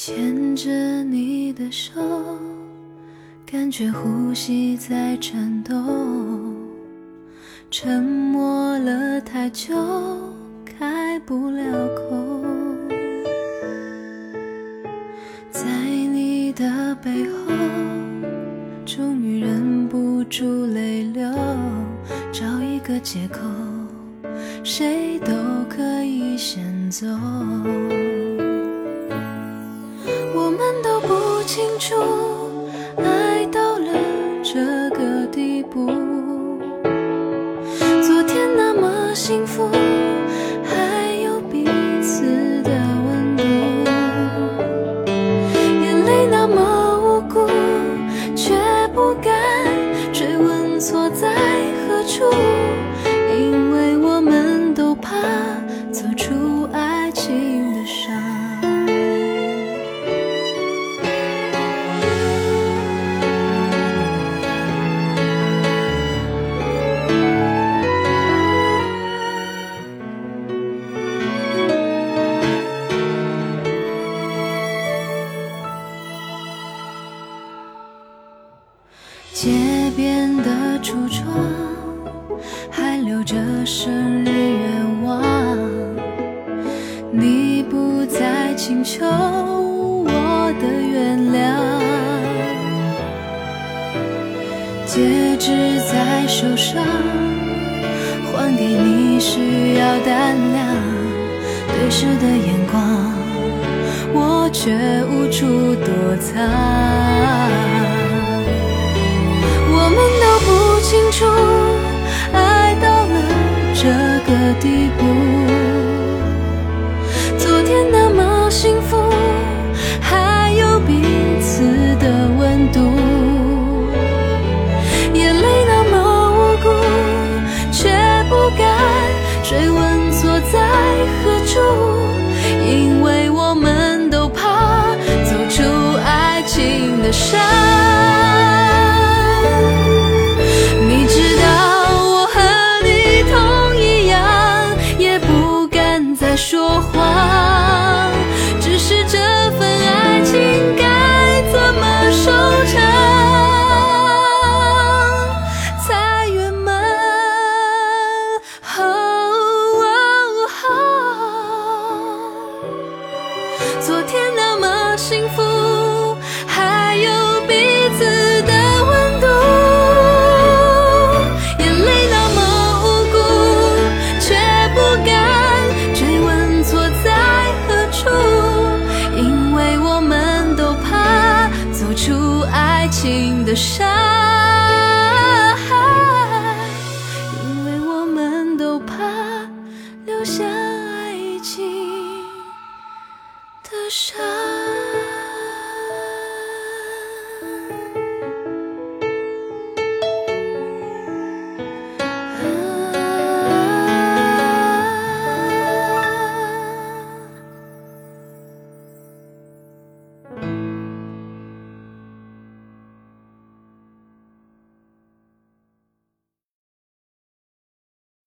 牵着你的手，感觉呼吸在颤抖，沉默了太久，开不了口。在你的背后，终于忍不住泪流，找一个借口，谁都可以先走。我们都不清楚，爱到了这个地步。昨天那么幸福，还有彼此的温度。眼泪那么无辜，却不敢追问错在何处。因为我们都怕走出爱情的伤。街边的橱窗还留着生日愿望，你不再请求我的原谅，戒指在手上，还给你需要胆量，对视的眼光我却无处躲藏。我们都不清楚，爱到了这个地步。昨天那么幸福，还有彼此的温度。眼泪那么无辜，却不敢追问错在何处。因为我们都怕走出爱情的伤。你知道我和你同一样，也不敢再说谎，只是这份爱情该怎么收场才圆满。昨天那么幸福，还有彼此的温度。情的伤害，因为我们都怕留下爱情的伤。